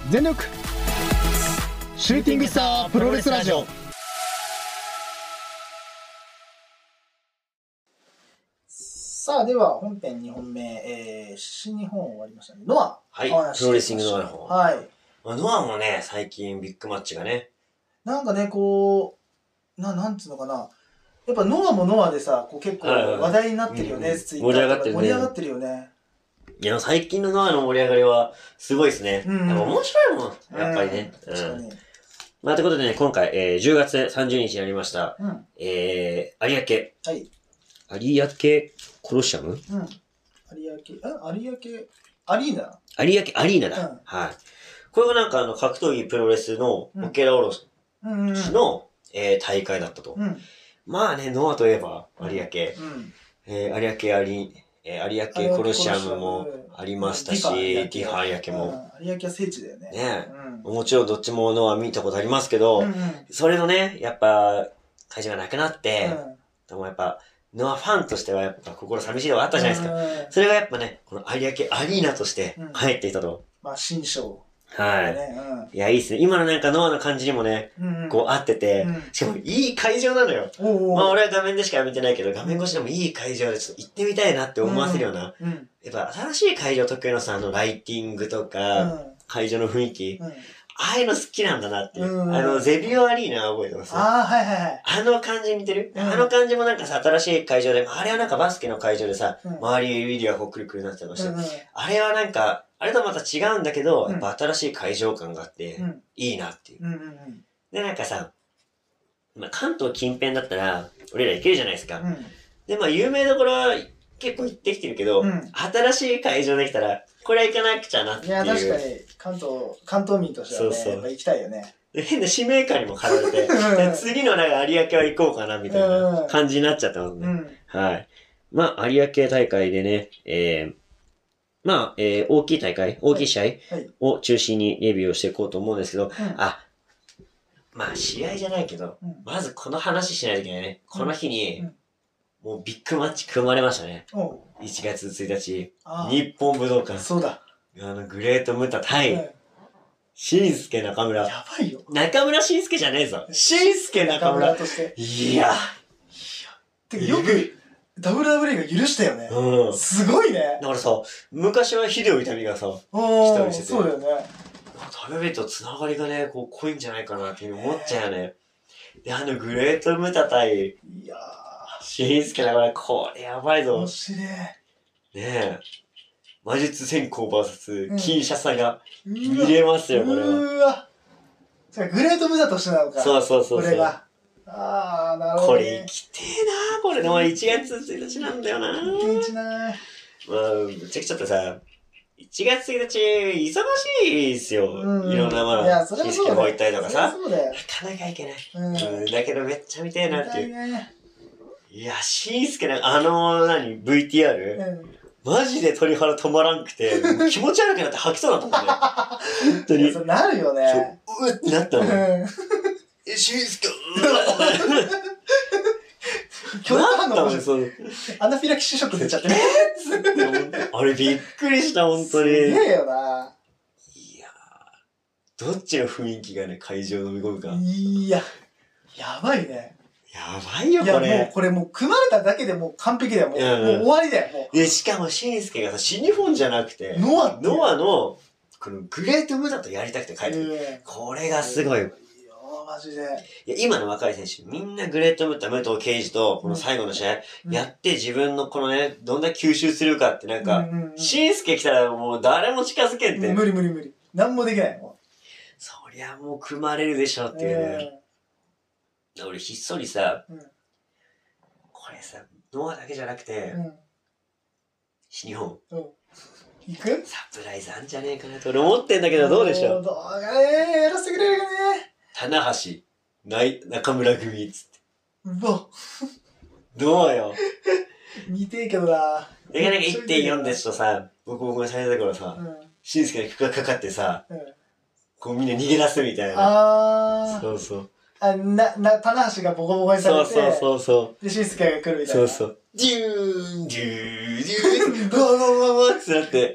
全力シューティングスタープロレスラジオ。 さあ、では本編2本目、新日本終わりましたね。ノア。 はい。プロレスリングノアの方。 はい。 ノアもね、最近ビッグマッチがね。 なんかね、こう、なんつうのかな。やっぱノアもノアでさ、こう結構話題になってるよね、ツイッターとか。 盛り上がってるね。 盛り上がってるよね。 いや、最近のノアの盛り上がりは、すごいですね。やっぱ面白いもん、やっぱりね。 確かに。 まあ、ということでね、今回、10月30日になりました。有明。はい。有明コロシアム？ 有明アリーナ？ 有明アリーナだ。はい。これがなんか格闘技プロレスのオケラオロスの大会だったと。まあね、ノアといえば有明。有明コロシアムもありましたし、ティファ有明も。 有明は聖地だよね。 ねえ。もちろんどっちもノア見たことありますけど、それのね、やっぱ、会場がなくなって、でもやっぱ、ノアファンとしてはやっぱ心寂しいのがあったじゃないですか。それがやっぱね、この有明アリーナとして帰ってきたと。 まあ、新章。 はい。いや、いいっすね。今のなんかノアの感じにもね、こう合ってて、しかもいい会場なのよ。まあ俺は画面でしか見てないけど、画面越しでもいい会場でちょっと行ってみたいなって思わせるような。やっぱ新しい会場特有のさ、ライティングとか、会場の雰囲気。ああいうの好きなんだなっていう。ゼビオアリーナ覚えてます？ ああ、はいはいはい。 あの感じ似てる？あの感じもなんかさ、新しい会場で、あれはなんかバスケの会場でさ、周りウィリアこうくるくるなってたとして、あれはなんか、あれとまた違うんだけど、やっぱ新しい会場感があって、いいなっていう。で、なんかさ、まあ、関東近辺だったら、俺ら行けるじゃないですか。で、まあ、有名どころは結構行ってきてるけど、新しい会場できたら、これは行かなくちゃなっていう。いや、 確かに、関東民としてはね、やっぱ行きたいよね。 で、変な使命感にも駆られて、次のなんか有明は行こうかな、みたいな感じになっちゃったもんね。はい。まあ、有明大会でね、まあ、大きい大会、大きい試合を中心にレビューをしていこうと思うんですけど、まあ、試合じゃないけど、まずこの話しないといけないね。この日に、もうビッグマッチ組まれましたね。1月1日、日本武道館。 そうだ。 グレートムタ対、新助中村。 やばいよ。 中村新助じゃねえぞ。新助中村として。いや。 てかよく、WWE が許したよね。すごいね。 だからさ、昔はヒデオイタミがさ、 来たりしてて。そうだよね。 WWE とつながりがね、こう濃いんじゃないかなって思っちゃうよね。で、グレートムタ対、いやー、新助中村、これやばいぞ。 面白い。ねえ。魔術先行 VS 金シャサが見れますよ、これは。 うわ。グレートムタとしてなのか。 そう。 これが。ああ、なるほど。 これ生きてえなこれでも1月1日なんだよな 1日なまあ、ぶっちゃけちょっとさ、1月1日忙しいっすよ。いろんなまあ、景色も行ったりとかさ。なかなか行けない。だけどめっちゃ見てえなっていう。いや、しんすけVTR？マジで鳥肌止まらんくて、気持ち悪くなって吐きそうだったもんね。本当に。 そうなるよね。 うってなったもん。しんすけ今日のアナフィラキシーショック出ちゃってね。 あれびっくりした、本当に。 すげえよな。 いやー、どっちの雰囲気がね、会場の見込むか。 いや、やばいね。 やばいよ、これ。 いや、もうこれもう組まれただけでもう完璧だよ。もう終わりだよ、もう。 で、しかも、しんすけがさ、新日本じゃなくて、 ノアの、このグレートムタとやりたくて帰ってくる。これがすごい。 マジで。 いや、今の若い選手、みんなグレートムタ、武藤敬司と、この最後の試合、やって自分のこのね、どんだけ吸収するかってなんか、しんすけ来たらもう誰も近づけんって。 無理。なんもできないもん。 そりゃもう組まれるでしょっていうね。俺ひっそりさ、これさ、ノアだけじゃなくて、新日本。 行く？ サプライズあんじゃねえかなと俺思ってんだけど、どうでしょう？ 動画ね、やらせてくれるかね。 棚橋、中村組っつって。 うわ。 どうよ。 見てえけどな。 で、なんか 1.4 ですとさ、僕が最初だからさ、しんすけがかかってさ、こうみんな逃げ出すみたいな。そう。 棚橋がボコボコにされて。 そう。 で、しんすけが来るみたいな。 そう。ジューン、うわってなって。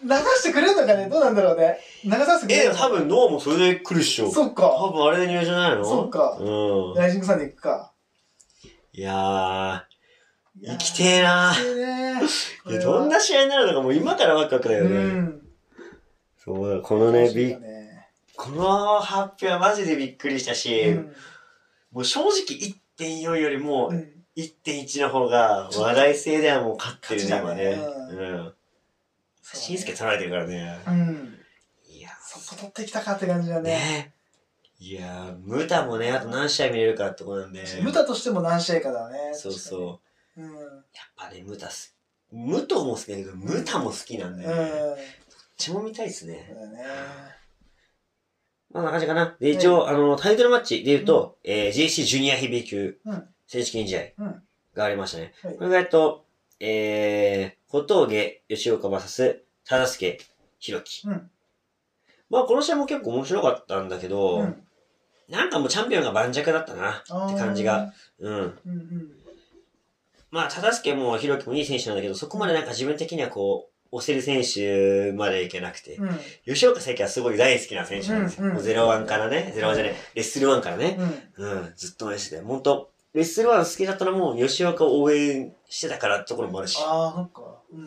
流してくれるのかね、どうなんだろうね。流させてくれるの多分ノアもそれで来るっしょ。 そっか。 多分あれで入場じゃないの？ そっか。 うん。 ライジングサンで行くか。 いやー、行きてーなー。 行きてーねー。 いや、どんな試合になるのかもう今からワクワクだよね。 うん。 そうだ、このね、 そうだね。 この発表はマジでびっくりしたし、 うんもう正直 1.4 よりもうん。 1.1 の方が話題性ではもう勝ってるね、今ね。 勝ちだねうん。しんすけ取られてるからね。 うん。 いや、 そこ取ってきたかって感じだね。 ね。いやー、ムタもね、あと何試合見れるかってことなんで。 ムタとしても何試合かだね。 そうそう。 う。うん。 やっぱね、ムトも好きだけど、ムタも好きなんだよね。どっちも見たいっすね。 そうだね。 まあ、こんな感じかな。で、一応、タイトルマッチで言うと、JC ジュニアヘビー級選手権試合がありましたね。 はい。 これが小峠吉岡 VS 忠助弘樹。まあ、この試合も結構面白かったんだけど、なんかもうチャンピオンが盤石だったなって感じが。うん。まあ、忠助も弘樹もいい選手なんだけど、そこまでなんか自分的にはこう、押せる選手までいけなくて。吉岡聖輝はすごい大好きな選手なんですよ。もう01からね、01じゃね、レッスル1からね。ずっと応援してて。ほんと、レッスル1好きだったのも吉岡を応援してたからってところもあるし。 ああ、そっか。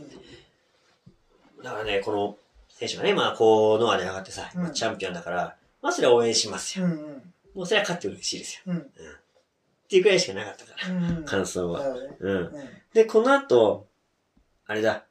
だからね、この選手がね、まあ、こう、ノアで上がってさ、チャンピオンだから、まあ、それは応援しますよ。もうそれは勝って嬉しいですよ。っていうくらいしかなかったから、感想は。で、この後、あれだ、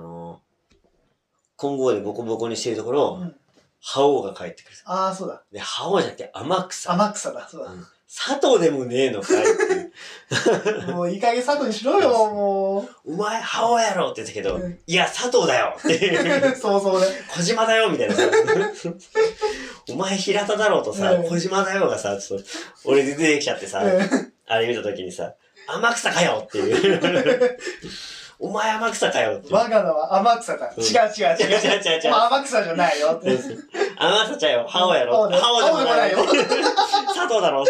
混合でボコボコにしてるところ、覇王が帰ってくる。 ああ、そうだ。 で、覇王じゃなくて天草。 天草だ、そうだ。 佐藤でもねえのかいっていう。 もういい加減佐藤にしろよ、もう。お前覇王やろって言ったけど、いや、佐藤だよっていう。 そうね。 小島だよみたいなさ。お前平田だろうとさ、小島だよがさ、ちょっと、俺で出てきちゃってさ、あれ見たときにさ、天草かよっていう。お前天草かよって。 我が名は天草だ。違う。天草じゃないよって。 天草ちゃんよ、覇王やろ。覇王でもないよ。佐藤だろって。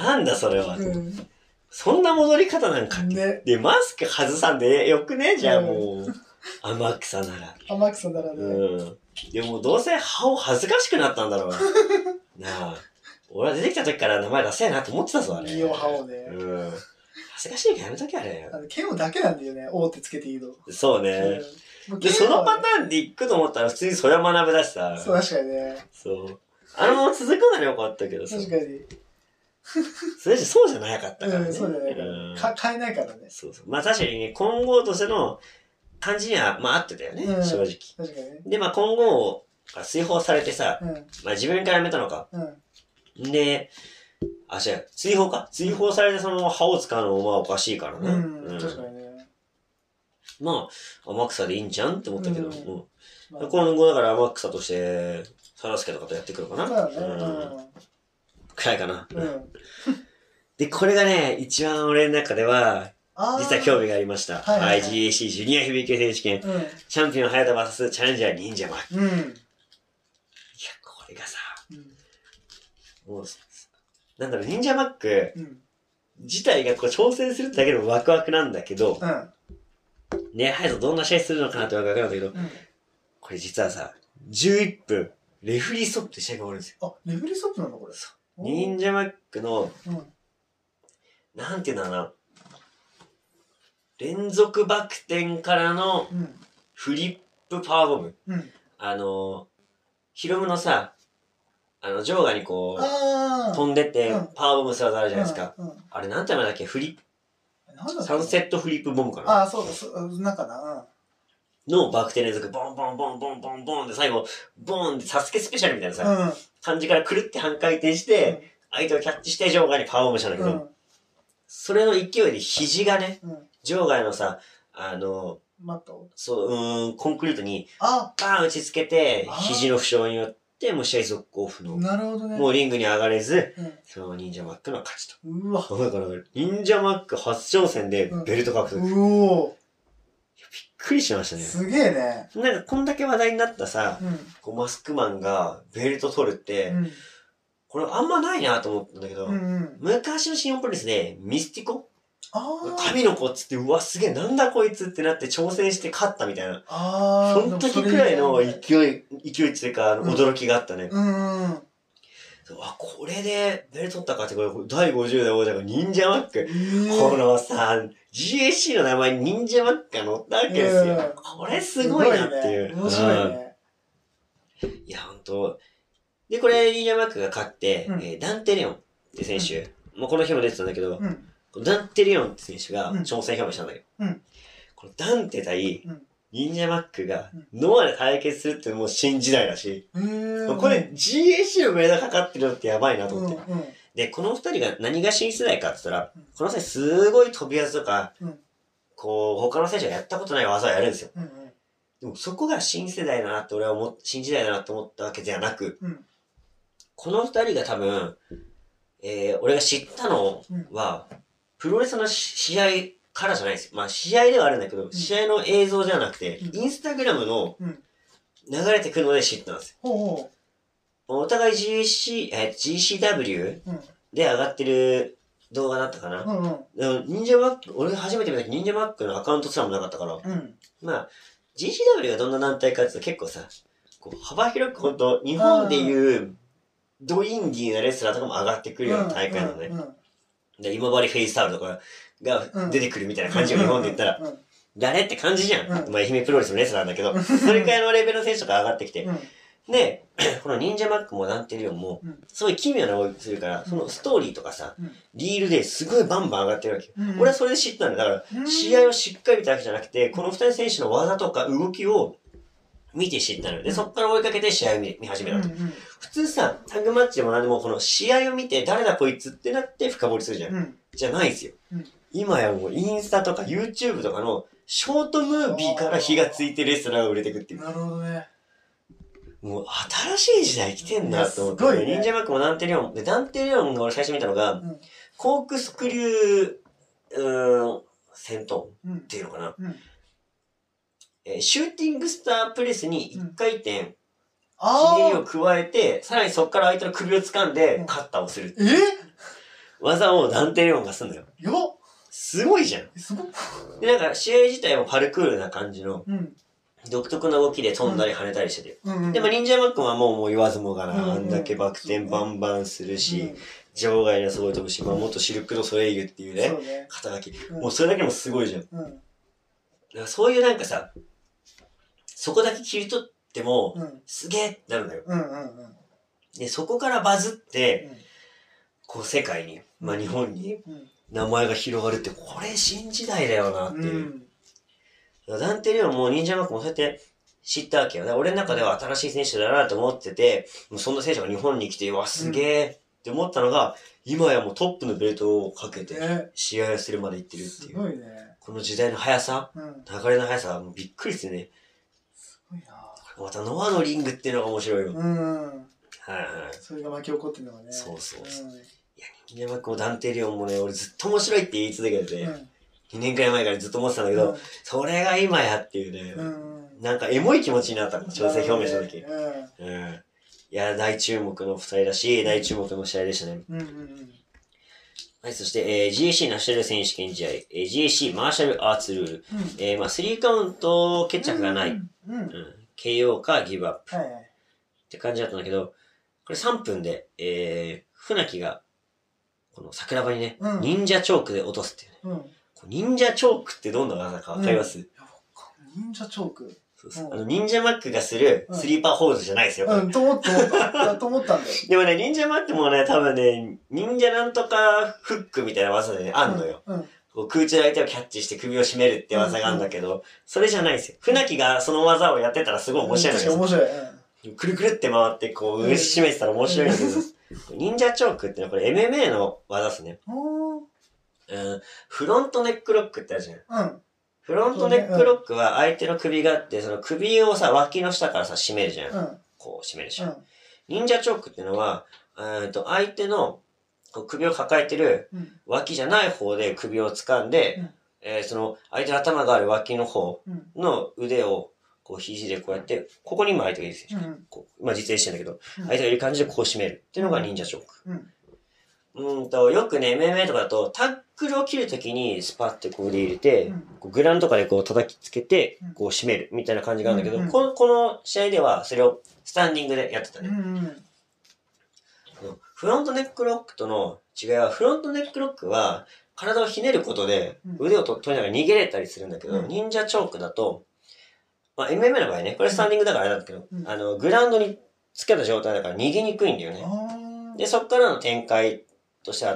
なんだそれは。そんな戻り方なんか。で、マスク外さんでよくねじゃあもう。天草なら。 天草ならね。 でもどうせ覇王恥ずかしくなったんだろう。なあ。俺は出てきた時から名前出せやなと思ってたぞ、あれ。 いいよ、覇王ね。 恥ずかしいからやめとけ、あれ。 ケンオだけなんだよね、王ってつけていいの。 そうね。で、そのパターンで行くと思ったら普通にそれは学ぶだしさ。 そう、確かにね。 そう。続くならよかったけどさ。 確かに。 そうじゃなかったからね。 そうじゃないから。変えないからね。 そう。まあ確かにね、混合としての感じには、まあ合ってたよね、正直。 確かにね。 で、まあ混合が追放されてさ、まあ自分からやめたのか。で、違う。追放されてその刃を使うのもまあおかしいからね。 確かにね。 まあ、天草でいいんじゃんって思ったけど、今後だから天草として、サラスケとかとやってくるかな。くらいかな。で、これがね、一番俺の中では、実は興味がありました。IGAC ジュニアヘビー級選手権、チャンピオン早田 VS チャレンジャー忍者マック。いや、これがさ、もう、なんだろう、忍者マック自体がこう挑戦するだけでもワクワクなんだけど、ね、早田どんな試合するのかなってワクワクなんだけど、これ実はさ、11分、レフリーストップって試合が終わるんですよ。 レフリーストップなのこれ。 忍者マックの、なんていうんだろうな、連続バク転からのフリップパワーボム。ヒロムのさ、場外にこう、飛んでってパワーボムする技あるじゃないですか。あれなんて名前だっけ？サンセットフリップボムかな？ そうだ、なんかな。 のバク転連続、ボンボンボンボンボンボンで最後、ボンってサスケスペシャルみたいなさ、感じからくるって半回転して、相手をキャッチして場外にパワーボムしたんだけど、それの勢いで肘がね、場外のさ、コンクリートに、バーン打ちつけて、肘の負傷によって、もう試合続行不能。 なるほどね。 もうリングに上がれず、その忍者マックの勝ちと。 うわ。 だから、忍者マック初挑戦でベルト獲得。 びっくりしましたね。 すげえね。 なんかこんだけ話題になったさ、マスクマンがベルト取るって、これあんまないなと思ったんだけど、昔の新日本プロレスでミスティコ神の子っつって、うわ、すげえ、なんだこいつってなって挑戦して勝ったみたいな。その時くらいの勢いっていうか、驚きがあったね。これでベル取ったかって、これ、第50代王者が忍者マック。このさ、GAC の名前に忍者マックが載ったわけですよ。これすごいなっていう。 面白いね。 いや、ほんと。で、これ、忍者マックが勝って、ダンテレオンって選手、もうこの日も出てたんだけど、ダンテレオンって選手が挑戦表明したんだけど、このダンテ対忍者マックがノアで対決するってもう新時代だし、これ GAC のメダルかかってるのってやばいなと思って。で、この二人が何が新世代かって言ったら、この選手すごい飛び技とか、こう、他の選手がやったことない技をやるんですよ。でもそこが新世代だなって俺は新時代だなって思ったわけではなく、この二人が多分、俺が知ったのは、プロレスの試合からじゃないですよ。まあ試合ではあるんだけど、試合の映像じゃなくて、インスタグラムの流れてくるので知ったんですよ。お互い GCW で上がってる動画だったかな。忍者マック、俺初めて見た時忍者マックのアカウントすらもなかったから、まあ、GCW がどんな団体かっていうと結構さ、こう幅広くほんと、日本でいうドインディーなレスラーとかも上がってくるような大会なのね。で、今治フェイスタオルとかが出てくるみたいな感じを日本で言ったら、誰って感じじゃん。まあ、愛媛プロレスのレスラーなんだけど、それくらいのレベルの選手とか上がってきて。で、この忍者マックもダンテレオンも、すごい奇妙な動きするから、そのストーリーとかさ、リールですごいバンバン上がってるわけよ。俺はそれで知ったんだ。だから、試合をしっかり見たわけじゃなくて、この二人選手の技とか動きを見て知ったのよ。で、そっから追いかけて試合を見始めたと。普通さ、タッグマッチでも何でもこの試合を見て誰だこいつってなって深掘りするじゃん。じゃないですよ。今やもうインスタとか YouTube とかのショートムービーから火がついてレスラーが売れてくっていう。 なるほどね。 もう新しい時代来てんなと思って。忍者マックもダンテレオン。で、ダンテレオンが俺最初見たのが、コークスクリュー、戦闘っていうのかな。シューティングスタープレスに1回転、ひねりを加えて、さらにそこから相手の首を掴んで、カッターをする。技をダンテレオンがすんのよ。すごいじゃん。で、なんか試合自体もパルクールな感じの、独特な動きで飛んだり跳ねたりしてて。でも忍者マックはもう言わずもがな、あんだけバク転バンバンするし、場外にはすごい飛ぶし、まあ元シルク・ド・ソレイユっていうね、肩書き。もうそれだけでもすごいじゃん。だからそういうなんかさ、そこだけ切り取っても、すげえってなるんだよ。で、そこからバズって、こう世界に、まあ日本に名前が広がるって、これ新時代だよなっていう。ダンテレオンも忍者マックもそうやって知ったわけよ。だから俺の中では新しい選手だなと思ってて、もうそんな選手が日本に来て、うわ、すげえって思ったのが、今やもうトップのベルトをかけて試合をするまで行ってるっていう。 すごいね。 この時代の速さ、流れの速さはもうびっくりですね。 すごいな。 またノアのリングっていうのが面白いよ。 それが巻き起こってるのがね。 そう。いや、忍者マックもダンテレオンもね、俺ずっと面白いって言い続けてて、2年くらい前からずっと思ってたんだけど、それが今やっていうね、なんかエモい気持ちになったの、挑戦表明した時。いや、大注目の2人だし、大注目の試合でしたね。はい、そして、GAC ナショナル選手権試合、GAC マーシャルアーツルール、まあ、3カウント決着がない、KO かギブアップ、って感じだったんだけど、これ3分で、船木が、この桜庭にね、忍者チョークで落とすっていうね。忍者チョークってどんな技かわかります？ 忍者チョーク。 忍者マックがするスリーパーホールドじゃないですよ。 と思ったんだよ。 でもね、忍者マックもね、多分ね、忍者なんとかフックみたいな技でね、あんのよ。こう空中で相手をキャッチして首を絞めるって技があるんだけど、それじゃないですよ。船木がその技をやってたらすごい面白いんですよ。 面白い。 くるくるって回って、こう、締めてたら面白いんだけど、忍者チョークってのはこれ MMA の技ですね。フロントネックロックってあるじゃん。フロントネックロックは相手の首があって、その首をさ、脇の下からさ、締めるじゃん。こう締めるじゃん。忍者チョークってのは、相手のこう首を抱えてる脇じゃない方で首を掴んで、その相手の頭がある脇の方の腕を、こう肘でこうやって、ここにも相手がいる選手。こう今実演してんだけど、相手がいる感じでこう締めるっていうのが忍者チョーク。よくね、MMA とかだとタックルを切るときにスパッてこうで入れて、 うんこうグラウンドとかでこう叩きつけてうん、 こう締めるみたいな感じがあるんだけど、 うんこの試合ではそれをスタンディングでやってたね。フロントネックロックとの違いは、フロントネックロックは体をひねることで腕を取りながら逃げれたりするんだけど、 うん忍者チョークだと、まあ MMA の場合ね、これスタンディングだからあれなんだけど、 うんグラウンドにつけた状態だから逃げにくいんだよね。で、そっからの展開として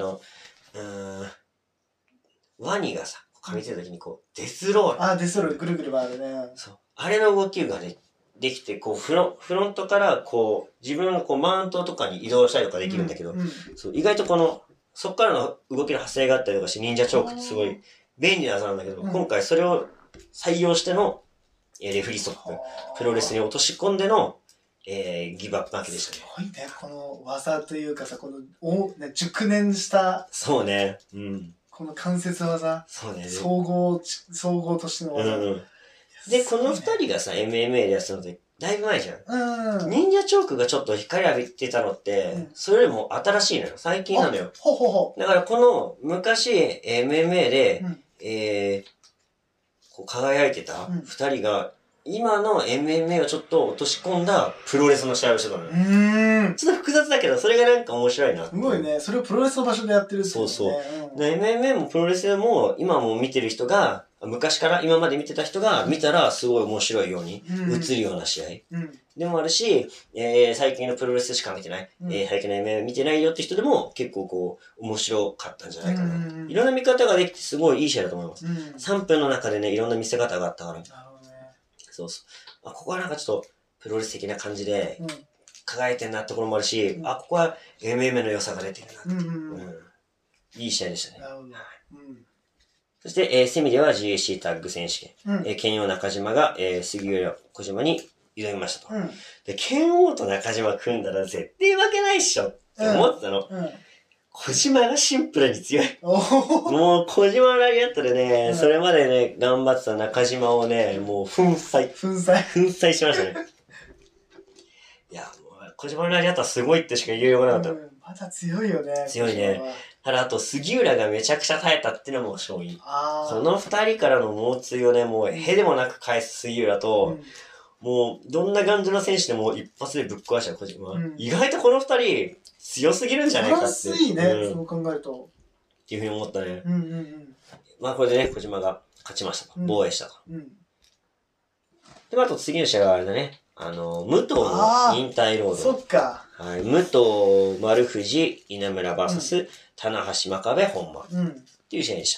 ワニがさ、噛みついた時にこう、デスロール。 デスロールぐるぐる回るね。 そう。あれの動きがね、できて、こう、フロントからこう、自分がこう、マウントとかに移動したりとかできるんだけど、そう意外とそっからの動きの派生があったりとかして、忍者チョークってすごい便利な技なんだけど、今回それを採用しての、レフリーストップ、プロレスに落とし込んでの、ギブアップ負けでしたね。 すごいね、この技というかさ、この、熟練した、 そうね。うん。 この関節技。 そうね。 総合としての技。 で、この二人がさ、MMA でやってたのって、だいぶ前じゃん。 うん。 忍者チョークがちょっと光浴びてたのって、それよりも新しいのよ。最近なのよ。だからこの昔 MMA で、こう輝いてた二人が、今の MMA をちょっと落とし込んだプロレスの試合をしてたのよ。ちょっと複雑だけど、それがなんか面白いな。 すごいね。それをプロレスの場所でやってるってそうそう。MMA もプロレスも、今も見てる人が、昔から今まで見てた人が見たらすごい面白いように映るような試合。でもあるし、最近のプロレスしか見てない、最近の MMA 見てないよって人でも結構こう、面白かったんじゃないかな。いろんな見方ができてすごいいい試合だと思います。3分の中でね、いろんな見せ方があったから。そうそう。ここはなんかちょっと、プロレス的な感じで、輝いてるなってところもあるし、ここは MMA の良さが出てるな。いい試合でしたね。そして、セミでは GAC タッグ選手権。剣王中島が、杉浦小島に挑みましたと。で、剣王と中島組んだら絶対負けないっしょって思ってたの。小島がシンプルに強い。もう小島のラリアットでね、それまでね、頑張ってた中島をね、もう粉砕しましたね。いや、もう小島のラリアットはすごいってしか言いようがなかった。 また強いよね。 強いね。ただあと杉浦がめちゃくちゃ耐えたっていうのも勝因。この二人からの猛追をね、もうへでもなく返す杉浦と、もうどんな感じの選手でも一発でぶっ壊した小島。意外とこの二人強すぎるんじゃないかって。 安いね、そう考えると。 っていうふうに思ったね。まあこれでね、小島が勝ちましたと。防衛したと。で、あと次の試合はあれだね。武藤の引退ロード。 そっか。 はい。武藤、丸藤、稲村 VS、棚橋真壁、本間。っていう試合でした。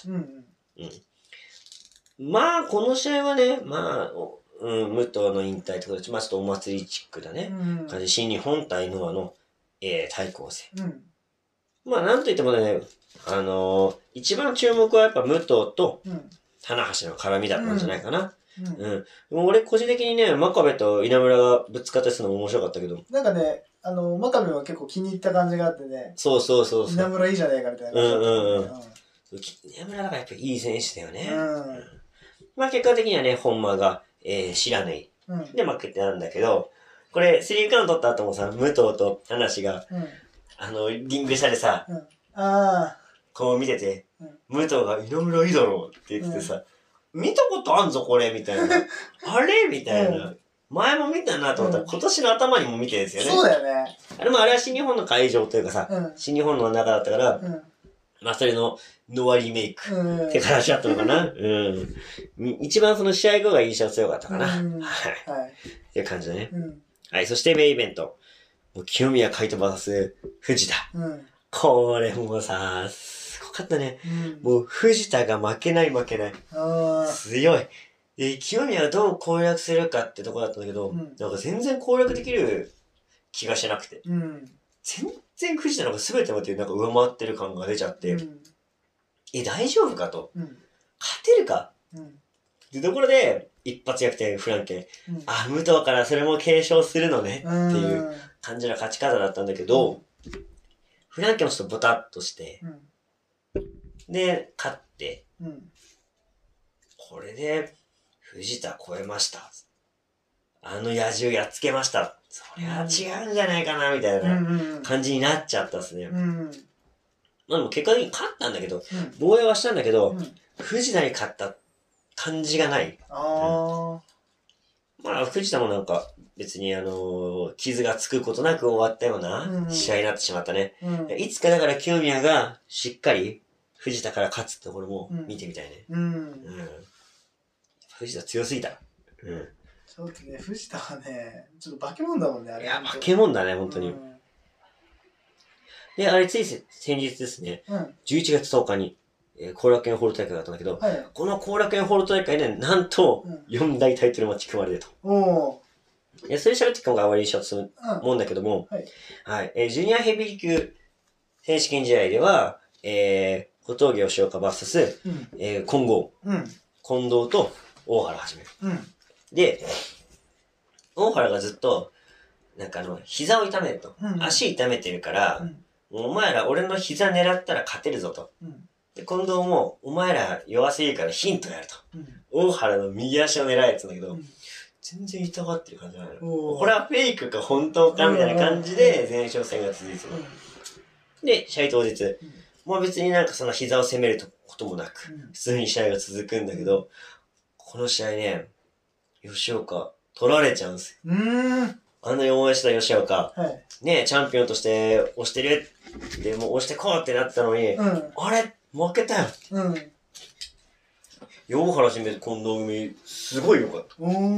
まあ、この試合はね、まあ、武藤の引退ってことで、まあちょっとお祭りチックだね。新日本対ノアの、対抗戦。まあなんといってもね、一番注目はやっぱ武藤と、棚橋の絡みだったんじゃないかな。俺個人的にね、真壁と稲村がぶつかったりするのも面白かったけど。 なんかね、真壁は結構気に入った感じがあってね。 そう。 稲村いいじゃないかみたいな。 稲村だからやっぱいい選手だよね。まあ結果的にはね、本間が、知らない。で負けてなんだけど、これ、3カウント取った後もさ、武藤と話が、リング下でさ、こう見てて、武藤が稲村いいだろうって言っててさ、見たことあんぞ、これ、みたいな。あれみたいな。前も見たなと思ったら、今年の頭にも見てるんですよね。 そうだよね。 あれは新日本の会場というかさ、新日本の中だったから、まあそれのノアリメイクって形だったのかな。一番その試合後が印象強かったかな。はい。っていう感じだね。はい。そしてメインイベント。清宮海斗 VS 藤田。これもさ、すごかったね。もう藤田が負けない。強い。で、清宮をどう攻略するかってとこだったんだけど、なんか全然攻略できる気がしなくて。全然藤田の方が全てのことなんか上回ってる感が出ちゃって、大丈夫かと。勝てるかってところで、一発逆転フランケン。武藤からそれも継承するのねっていう感じの勝ち方だったんだけど、フランケンもちょっとボタッとして、で、勝って、これで、藤田超えました。野獣やっつけました。そりゃ違うんじゃないかな、みたいな感じになっちゃったっすね。 まあでも結果的に勝ったんだけど、 うん。 防衛はしたんだけど、 うん。 藤田に勝った感じがない。 あまあ、藤田もなんか、別に傷がつくことなく終わったような試合になってしまったね。 あ。うん。 いつかだから清宮がしっかり藤田から勝つってところも見てみたいね。 うん。 藤田強すぎた。 ちょっとね、藤田はね、ちょっと化け物だもんね、あれ。 いや、化け物だね、本当に。で、あれ、つい先日ですね、11月10日に、後楽園ホール大会があったんだけど、この後楽園ホール大会で、なんと、4大タイトルマッチ組まれると。それ喋っていくのがあまりしようとする思うんだけども、はい。ジュニアヘビー級選手権試合では、小峠吉岡 VS、近藤。近藤と大原はじめ。で、大原がずっと、なんか膝を痛めると。足痛めてるから、お前ら俺の膝狙ったら勝てるぞと。で、近藤も、お前ら弱すぎるからヒントやると。大原の右足を狙えって言うんだけど、全然痛がってる感じじゃないの。これはフェイクか本当かみたいな感じで前哨戦が続いてる。で、試合当日、もう別になんかその膝を攻めることもなく、普通に試合が続くんだけど、この試合ね、吉岡、取られちゃうんですよ。あんなに応援した吉岡、ね、チャンピオンとして押してるで、もう押してこうってなってたのに、あれ負けたよ。大原しめ近藤組、すごい良かった。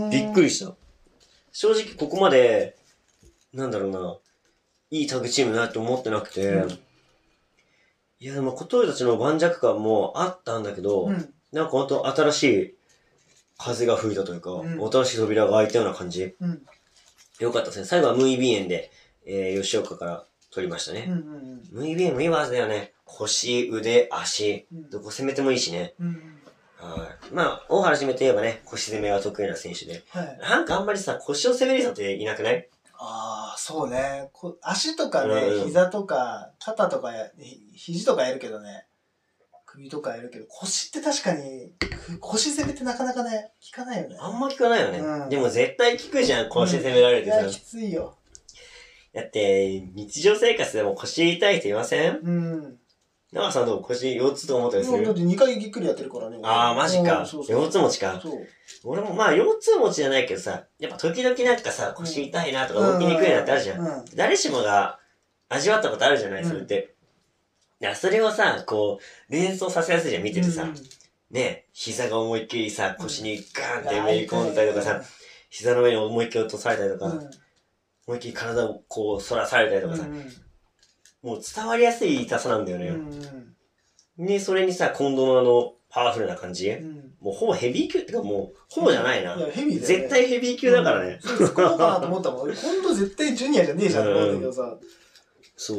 びっくりした。正直ここまで、なんだろうな、いいタッグチームだなって思ってなくて、いやでも小峠たちの盤石感もあったんだけど、なんかほんと新しい風が吹いたというか、新しい扉が開いたような感じ。よかったですね。最後はムイビーエンで、吉岡から取りましたね。ムイビーエンもいい技だよね。腰、腕、足、どこ攻めてもいいしね。まあ、大原しめといえばね、腰攻めが得意な選手で。なんかあんまりさ、腰を攻める人っていなくない？ ああ、そうね。足とかね、膝とか、肩とか肘とかやるけどね。首とかやるけど、腰って確かに、腰攻めってなかなかね、効かないよね。 あんま効かないよね。でも絶対効くじゃん、腰攻められてさ。 いや、きついよ。 だって、日常生活でも腰痛い人いません？長さんどう腰腰痛と思ったりする？ だって2回ぎっくりやってるからね。 ああ、マジか。腰痛持ちか。俺もまあ、腰痛持ちじゃないけどさ、やっぱ時々なんかさ、腰痛いなとか動きにくいなってあるじゃん。誰しもが味わったことあるじゃない、それって。いや、それをさ、こう、連想させやすいじゃん、見ててさ。ね、膝が思いっきりさ、腰にガーンってめり込んだりとかさ、膝の上に思いっきり落とされたりとか、思いっきり体をこう、反らされたりとかさ、もう伝わりやすい痛さなんだよね。で、それにさ、近藤のパワフルな感じ、もうほぼヘビー級ってかもう、ほぼじゃないな。 いや、ヘビーだよね。 絶対ヘビー級だからね。 そうかなと思ったもん。近藤絶対ジュニアじゃねえじゃんと思うんだけどさ。 そう。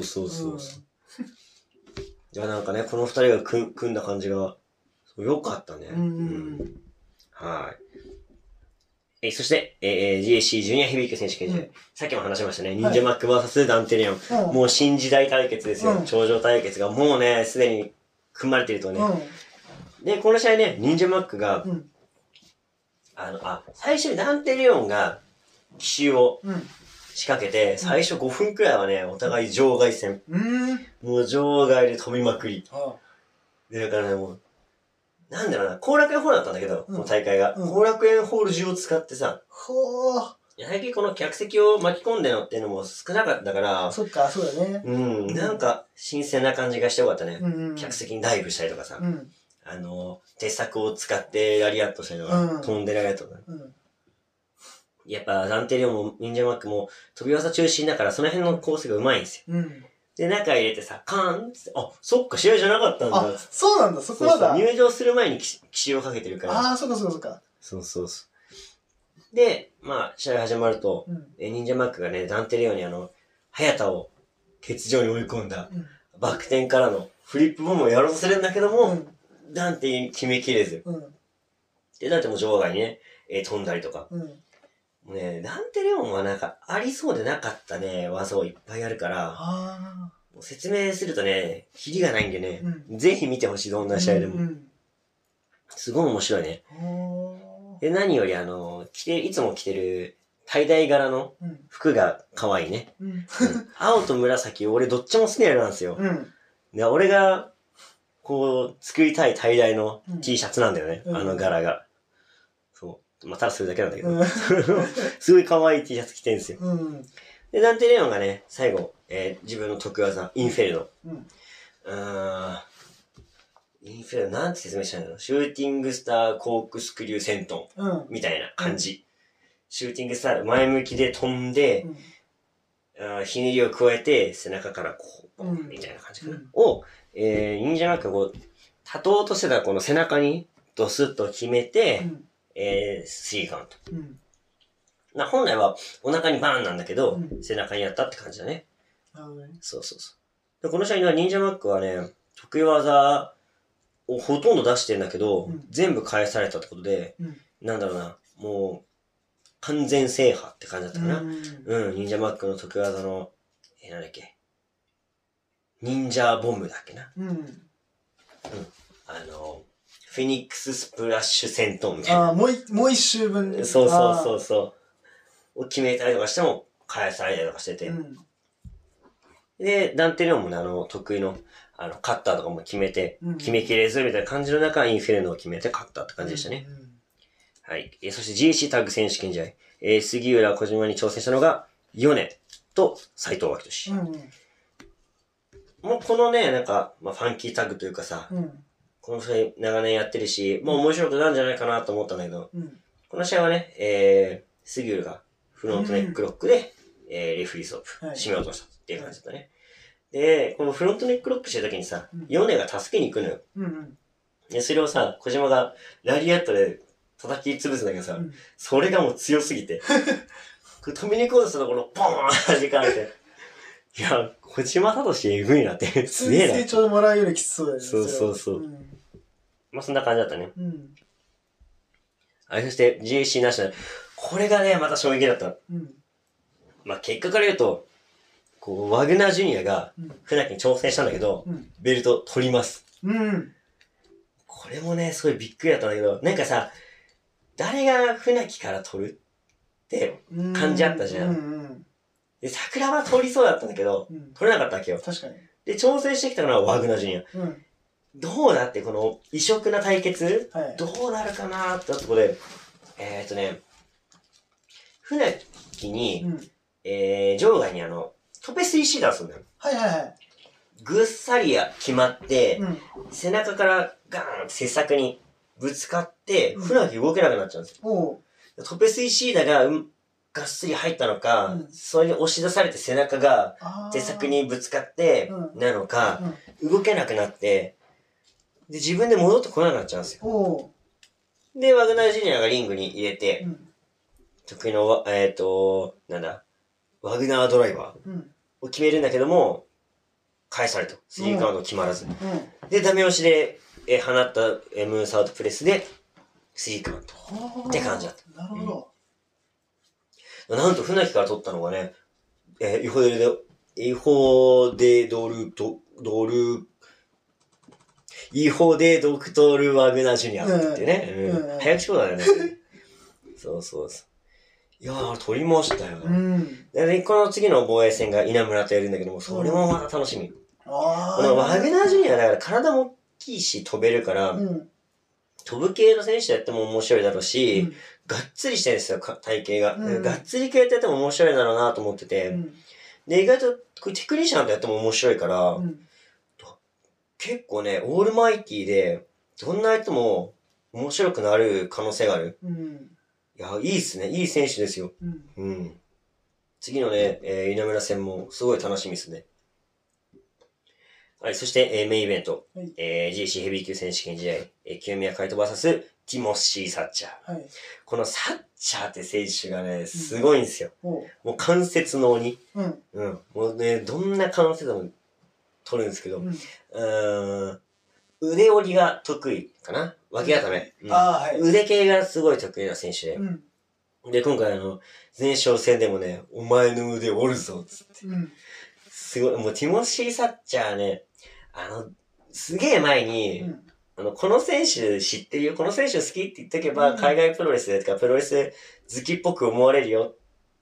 いや、なんかね、この二人が組んだ感じが、良かったね。はい。そして、GAC ジュニアヘビー級選手権試合。さっきも話しましたね。忍者マック VS ダンテリオン。もう新時代対決ですよ。頂上対決がもうね、すでに組まれてるとね。で、この試合ね、忍者マックが、最初にダンテリオンが奇襲を仕掛けて、最初5分くらいはね、お互い場外戦。もう場外で飛びまくり。で、だからね、もう、なんだろうな、後楽園ホールだったんだけど、この大会が。後楽園ホール中を使ってさ、最近この客席を巻き込んでのっていうのも少なかったから、 そっか、そうだね。 なんか新鮮な感じがしてよかったね。客席にダイブしたりとかさ、鉄柵を使ってラリアットしたりとか、飛んでラリアットとか。やっぱダンテリオンも忍者マックも飛び技中心だからその辺のコースがうまいんですよ。で、中入れてさ、カーンって、あ、そっか、試合じゃなかったんだ。 あ、そうなんだ、そこまだ。 入場する前に奇襲をかけてるから。 ああ、そっか。 そう。で、まあ、試合始まると、忍者マックがね、ダンテリオに早田を欠場に追い込んだ、バク転からのフリップボムをやろうとするんだけども、ダンテ決めきれず。で、ダンテも場外にね、飛んだりとか。もうね、ダンテリオンはなんか、ありそうでなかったね、技をいっぱいあるから、もう説明するとね、キリがないんでね、ぜひ見てほしい、どんな試合でも。すごい面白いね。で、何よりいつも着てる、tie-dye柄の服が可愛いね。青と紫、俺どっちも好きな色なんですよ。 で、俺が、こう、作りたい大々の T シャツなんだよね。 うんあの柄が。そう。まあ、ただそれだけなんだけど。 うんすごい可愛い T シャツ着てるんですよ。 うん。 で、ダンテレオンがね、最後、自分の得技、インフェルノ。 うん。 インフェルノ、なんて説明したらいいの？シューティングスターコークスクリュー戦闘。 うん。 みたいな感じ。シューティングスター、前向きで飛んで、ひねりを加えて、背中からこう、みたいな感じかな。を、忍者マークがこう、立とうとしてたこの背中にドスッと決めて、3カウント。本来はお腹にバーンなんだけど、背中にやったって感じだね。そうそうそう。でこの試合には忍者マックはね、得意技をほとんど出してんだけど、全部返されたってことで、なんだろうな、もう、完全制覇って感じだったかな。忍者マックの得意技の、なんだっけ。忍者ボムだっけな。フェニックススプラッシュ戦闘みたいな。 もう一周分。 そうそうそうそう。を決めたりとかしても、返されたりとかしてて。で、ダンテレオンもね、得意の、カッターとかも決めて、決めきれずみたいな感じの中、インフェルノを決めて勝ったって感じでしたね。はい。そして GC タッグ選手権試合。杉浦小島に挑戦したのが、米と斎藤脇俊。もうこのね、なんか、まあ、ファンキータッグというかさ、この試合長年やってるし、もう面白くなるんじゃないかなと思ったんだけど、この試合はね、杉浦がフロントネックロックで、レフリーストップ、締め落としたっていう感じだったね。で、このフロントネックロックしてる時にさ、米が助けに行くのよ。で、それをさ、小島がラリアットで叩き潰すんだけどさ、それがもう強すぎて、止めに行こうとしたところ、ポーン弾かれて。いや、小島聡えぐいなって、すげえな。 成長でもらうよりきつそうだよね。 そうそうそう。まあ、そんな感じだったね。そして GC ナショナル。これがね、また衝撃だった。まあ、結果から言うと、こう、ワグナージュニアが、船木に挑戦したんだけど、ベルト取ります。これもね、すごいびっくりだったんだけど、なんかさ、誰が船木から取るって感じあったじゃん。で、桜は取りそうだったんだけど、取れなかったわけよ。 確かに。 で、挑戦してきたのはワグナージュニア。どうだってこの異色な対決、どうなるかなーってとこで、船木に、場外にトペスイシーダーするんだよ。ぐっさり決まって、背中からガーンって切削にぶつかって、船木動けなくなっちゃうんですよ。トペスイシーダーががっすり入ったのか、それに押し出されて背中が手先にぶつかって、なのか、動けなくなって、で、自分で戻ってこなくなっちゃうんですよ。で、ワグナージュニアがリングに入れて、得意の、なんだ、ワグナードライバーを決めるんだけども、返された。3カウント決まらず。で、ダメ押しで、放った、ムーンサウトプレスで、3カウント。って感じだった。 なるほど。 なんと、船木から取ったのがね、違法でドクトル・ワグナージュニアってね。早口そうだよね。そうそうそう。いやー、取りましたよ。で、この次の防衛戦が稲村とやるんだけども、それもまた楽しみ。このワグナージュニアだから体も大きいし飛べるから、飛ぶ系の選手やっても面白いだろうし、がっつりしてるんですよ、体型が。がっつり系ってやっても面白いだろうなと思ってて。で、意外とテクニシャンとやっても面白いから、結構ね、オールマイティで、どんな相手も面白くなる可能性がある。いや、いいっすね。いい選手ですよ。次のね、稲村戦もすごい楽しみですね。はい、そして、メインイベント。GC ヘビー級選手権試合。清宮海斗 VS ティモシー・サッチャー。このサッチャーって選手がね、すごいんですよ。もう関節の鬼。もうね、どんな関節でも取るんですけど、腕折りが得意かな。脇固め。腕系がすごい得意な選手で。で、今回前哨戦でもね、お前の腕折るぞ、つって。すごい、もうティモシー・サッチャーね、すげえ前に、この選手知ってるよ、この選手好きって言っとけば、海外プロレスとかプロレス好きっぽく思われるよって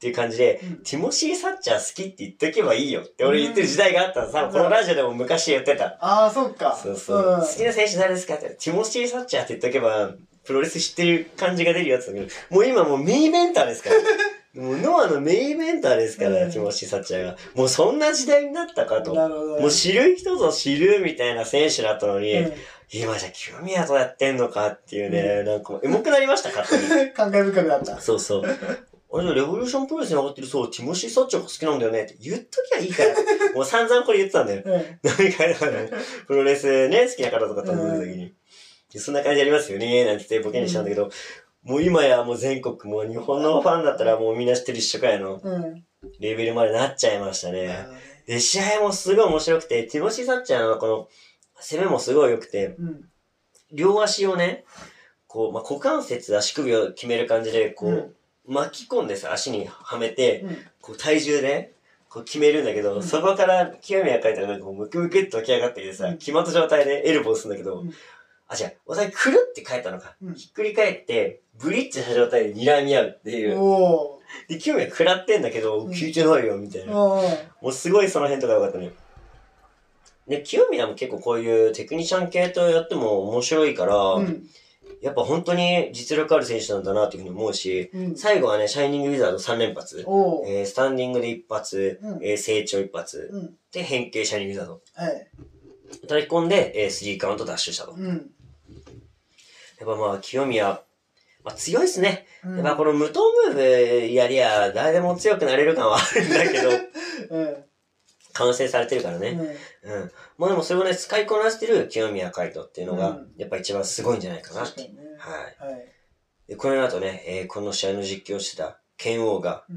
っていう感じで、ティモシー・サッチャー好きって言っとけばいいよって俺言ってる時代があったのさ、このラジオでも昔言ってた。 ああ、そっか。 そうそう。好きな選手誰ですかって、ティモシー・サッチャーって言っとけば、プロレス知ってる感じが出るやつだけど、もう今もうメインメンターですから。もうノアのメインメンターですから、ティモシー・サッチャーが。もうそんな時代になったかと。 なるほど、ね。 もう知る人ぞ知るみたいな選手だったのに、今じゃ清宮とやってんのかっていうね、なんかエモくなりました、勝手に。 感慨深くなった。 そうそう。俺レボリューションプロレスに上がってるそう、ティモシー・サッチャーが好きなんだよねって言っときゃいいから。もう散々これ言ってたんだよ。飲み会だからね、プロレスね、好きな方とかと思う時に。そんな感じありますよね、なんて言ってボケにしたんだけど、もう今やもう全国、もう日本のファンだったらもうみんな知ってる一緒くらいのレベルまでなっちゃいましたね。で、試合もすごい面白くて、ティモシー・サッチャーのこの攻めもすごい良くて、両足をね、こう、まあ、股関節、足首を決める感じで、こう、巻き込んでさ、足にはめて、こう体重で、こう決めるんだけど、そこから清宮海斗がこうムクムクっと起き上がってきてさ、決まった状態でエルボーするんだけど、あ、じゃあ、お互いくるって帰ったのか。ひっくり返って、ブリッジした状態で睨み合うっていう。で、清宮食らってんだけど、聞いてないよ、みたいな。もうすごいその辺とか良かったね。で、清宮も結構こういうテクニシャン系とやっても面白いから、やっぱ本当に実力ある選手なんだなっていうふうに思うし、最後はね、シャイニングウィザード3連発、スタンディングで1発、成長1発、で、変形シャイニングウィザード。叩き込んで、3カウントダッシュしたと。やっぱまあ、清宮、まあ強いっすね。やっぱこの無刀ムーブやりゃ、誰でも強くなれる感はあるんだけど、完成されてるからね。まあでもそれをね、使いこなしてる清宮海斗っていうのが、やっぱ一番すごいんじゃないかなって。はい。で、この後ね、この試合の実況をしてた剣王が、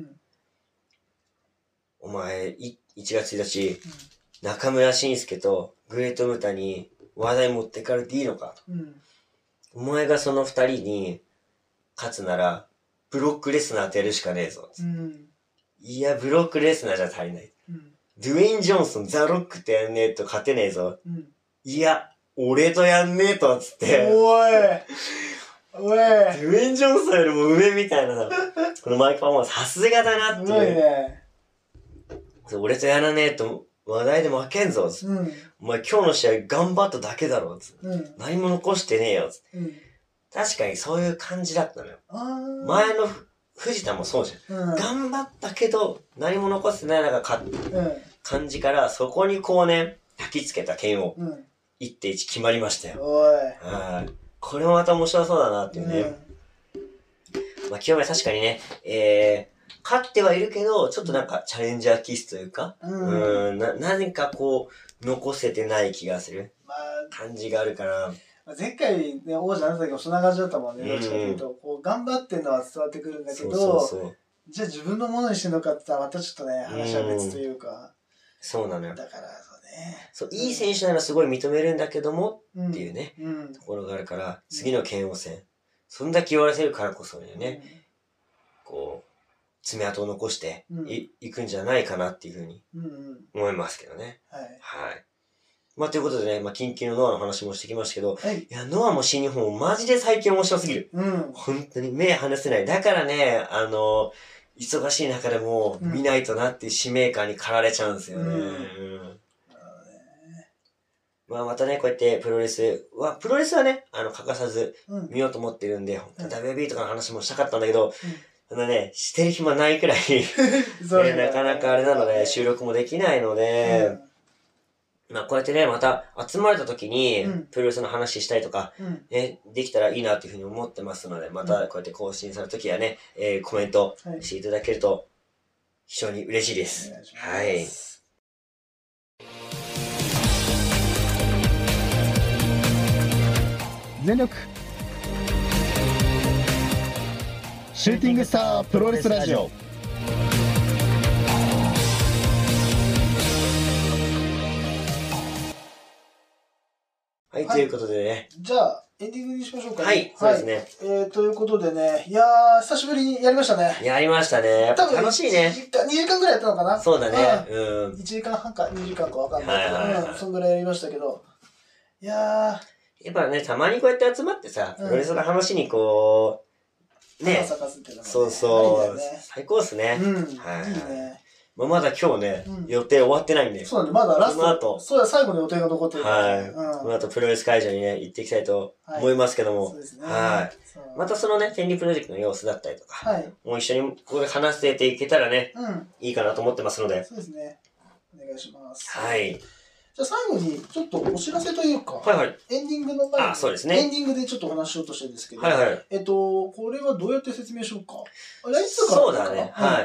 お前、1月1日、中村慎介とグレートムタに話題持ってかれていいのかと。お前がその2人に勝つなら、ブロックレスナーとやるしかねえぞ。いや、ブロックレスナーじゃ足りない。ドゥエイン・ジョンソン、ザ・ロックとやんねえと勝てねえぞ。いや、俺とやんねえと、つって。 おいドゥエイン・ジョンソンよりも上みたいなさ、このマイクパフォーマンス、さすがだなっていう。すごいね。俺とやらねえと、話題で負けんぞ、つって。お前今日の試合頑張っただけだろ、つって。何も残してねえよ、つって。確かにそういう感じだったのよ。前の藤田もそうじゃん。頑張ったけど、何も残してない中感じから、そこにこうね、焚きつけた剣を、1.1 決まりましたよ。これもまた面白そうだなっていうね。まあ、清宮確かにね、勝ってはいるけど、ちょっとなんかチャレンジャー気質というか、何かこう、残せてない気がする感じがあるから。 前回ね、王者になった時もそんな感じだったもんね。どっちかというと、こう、頑張ってんのは伝わってくるんだけど、じゃあ自分のものにしてんのかって言ったらまたちょっとね、話は別というか。 そうなのよ。 だから、そうね。 そう、いい選手ならすごい認めるんだけども、っていうね、ところがあるから、次の剣王戦、そんだけ言われてるからこそね、こう、爪痕を残していくんじゃないかなっていうふうに思いますけどね。はい。まあ、ということでね、まあ、近々のノアの話もしてきましたけど、いや、ノアも新日本もマジで最近面白すぎる。本当に目離せない。だからね、忙しい中でも見ないとなっていう使命感に駆られちゃうんですよね。まあ、またね、こうやってプロレスはね、欠かさず見ようと思ってるんで、本当は WB とかの話もしたかったんだけど、してる暇ないくらいなかなかあれなので、収録もできないので、まあこうやってね、また集まれた時に、プロレスの話したりとか、ね、できたらいいなっていうふうに思ってますので、またこうやって更新された時はね、コメントしていただけると、非常に嬉しいです。はい。 全力シューティングスタープロレスラジオ。 はい、ということでね。 じゃあ、エンディングにしましょうかね。 はい、そうですね。 ということでね、いやー、久しぶりにやりましたね。 やりましたね。やっぱ楽しいね。 2時間ぐらいやったのかな。 そうだね。 1時間半か2時間かわかんないけど、そんぐらいやりましたけど。いやー。 やっぱね、たまにこうやって集まってさ、プロレスの話にこう、 ね。 咲かせてるの、ね、 そうそう、 ね、 最高っすね。 うん。 はい。 いいね。 まだ今日ね、予定終わってないんで。 そうだね、まだラスト。 この後。 そうだ、最後の予定が残ってるから。 はい。この後プロレス会場にね、行っていきたいと思いますけども。 そうですね。 はい。またそのね、天理プロジェクトの様子だったりとか、もう一緒にここで話していけたらね、いいかなと思ってますので。 そうですね。お願いします。 はい。 じゃあ最後に、ちょっとお知らせというか、エンディングの前に、 そうですね。 エンディングでちょっとお話ししようとしてるんですけど、これはどうやって説明しようか。 そうだね。はい。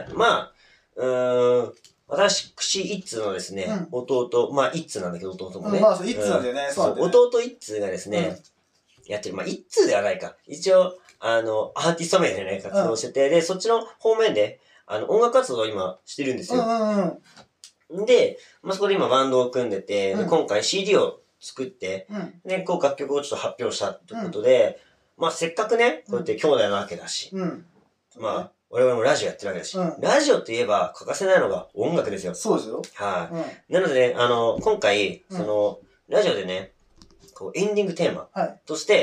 私、一通のですね、弟、一通なんだけど弟もね。 一通なんだよね。 弟一通がですね、やってる。一通ではないか。一応、アーティスト名でね、活動してて、で、そっちの方面で、音楽活動を今してるんですよ。で、そこで今バンドを組んでて、今回 CD を作って、で、こう楽曲をちょっと発表したということで、せっかくね、こうやって兄弟なわけだし、我々もラジオやってるわけだし、ラジオといえば欠かせないのが音楽ですよ。 そうですよ。 はい。なのでね、今回、ラジオでね、こうエンディングテーマとして、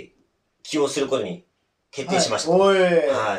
起用することに決定しました。 はい。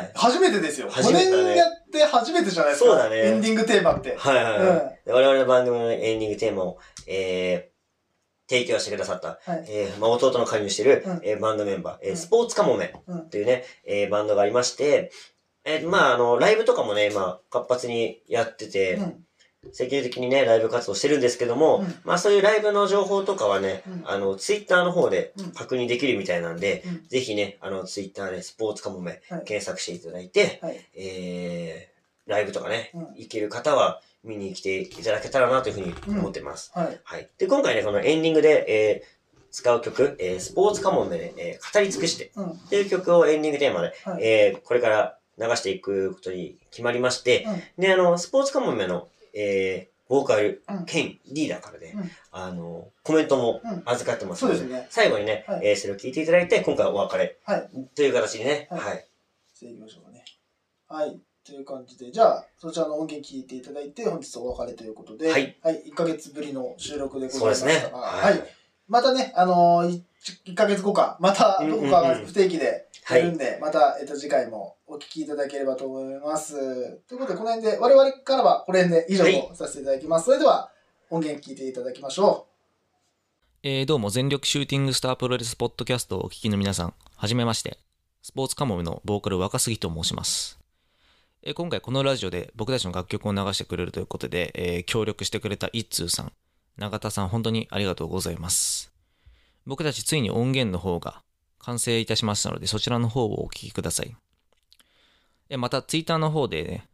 初めてですよ。5年やって初めてじゃないですか。 そうだね。 エンディングテーマって。 はいはいはい。我々の番組のエンディングテーマを、提供してくださった、弟の加入している、バンドメンバー、スポーツカモメというね、バンドがありまして、ライブとかもね、活発にやってて、積極的にね、ライブ活動してるんですけども、そういうライブの情報とかはね、ツイッターの方で確認できるみたいなんで、ぜひね、ツイッターでスポーツカモメ検索していただいて、ライブとかね、行ける方は見に来ていただけたらなというふうに思ってます。はい。で、今回ね、このエンディングで、使う曲、スポーツカモメで、語り尽くして、っていう曲をエンディングテーマで、これから流していくことに決まりまして、で、スポーツカモメの、ボーカル、兼リーダーからね、コメントも預かってますので、最後にね、それを聞いていただいて、今回はお別れ、という形でね、はい。 じゃあ行きましょうかね。はい。という感じで、じゃあ、そちらの音源聞いていただいて、本日お別れということで、はい。1ヶ月ぶりの収録でございましたが、はい。またね、1ヶ月後か、またどこかが不定期でやるんで、また、次回もお聞きいただければと思います。ということで、この辺で、我々からはこの辺で以上とさせていただきます。それでは、音源聞いていただきましょう。どうも、全力シューティングスタープロレスポッドキャストをお聞きの皆さん、はじめまして。スポーツカモメのボーカル若杉と申します。今回このラジオで僕たちの楽曲を流してくれるということで、協力してくれた一通さん、永田さん、本当にありがとうございます。僕たちついに音源の方が完成いたしましたので、そちらの方をお聞きください。また、ツイッターの方でね、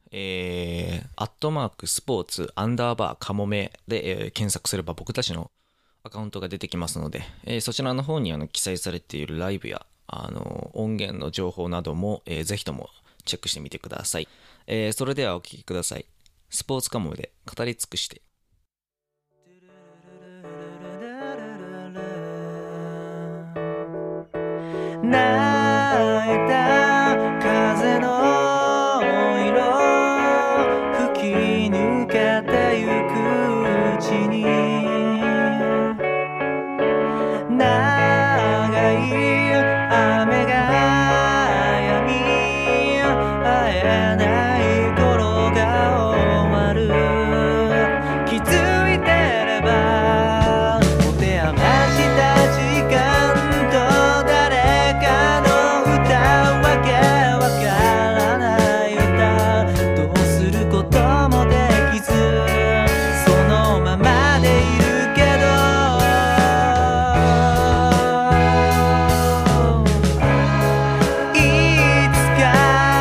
スポーツ_カモメで、検索すれば僕たちのアカウントが出てきますので、そちらの方に記載されているライブや音源の情報なども、ぜひともチェックしてみてください。それではお聴きください。スポーツカモメで語り尽くして。泣いた風の色吹き抜けてゆくうちに長い雨が止み会えない頃が終わる気づいてれば持て余した時間と誰かの歌うわけわからない歌どうすることもできずそのままでいるけどいつか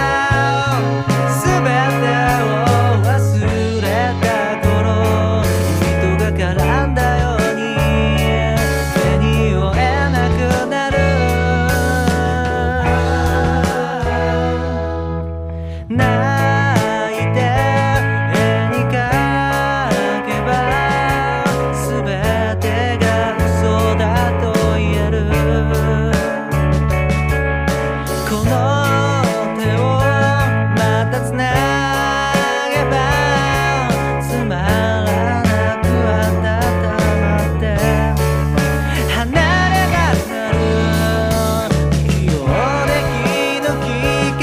全てを忘れた頃人が絡んだように手に負えなくなる泣いて絵に描けば全てが嘘だと言えるこの手をまたつなげばつまらなく温まって離れなくなる器用で気の利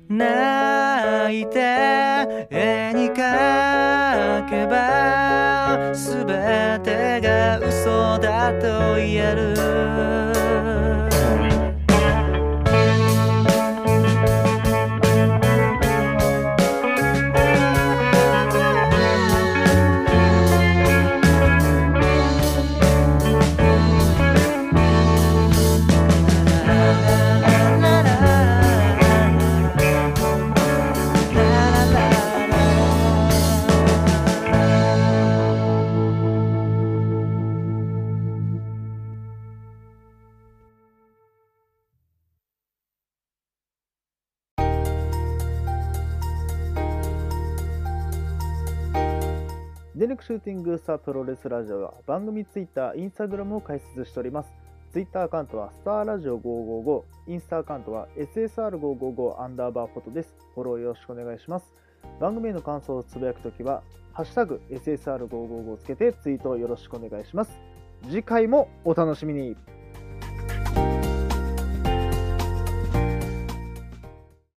泣いて絵に描けば全てが嘘だと言える。 全力シューティングスタープロレスラジオは番組ツイッター、インスタグラムを開設しております。ツイッターアカウントはスターラジオ555、インスタアカウントは SSR555 アンダーバーフォトです。フォローよろしくお願いします。番組への感想をつぶやくときは、ハッシュタグ SSR555 をつけてツイートをよろしくお願いします。次回もお楽しみに。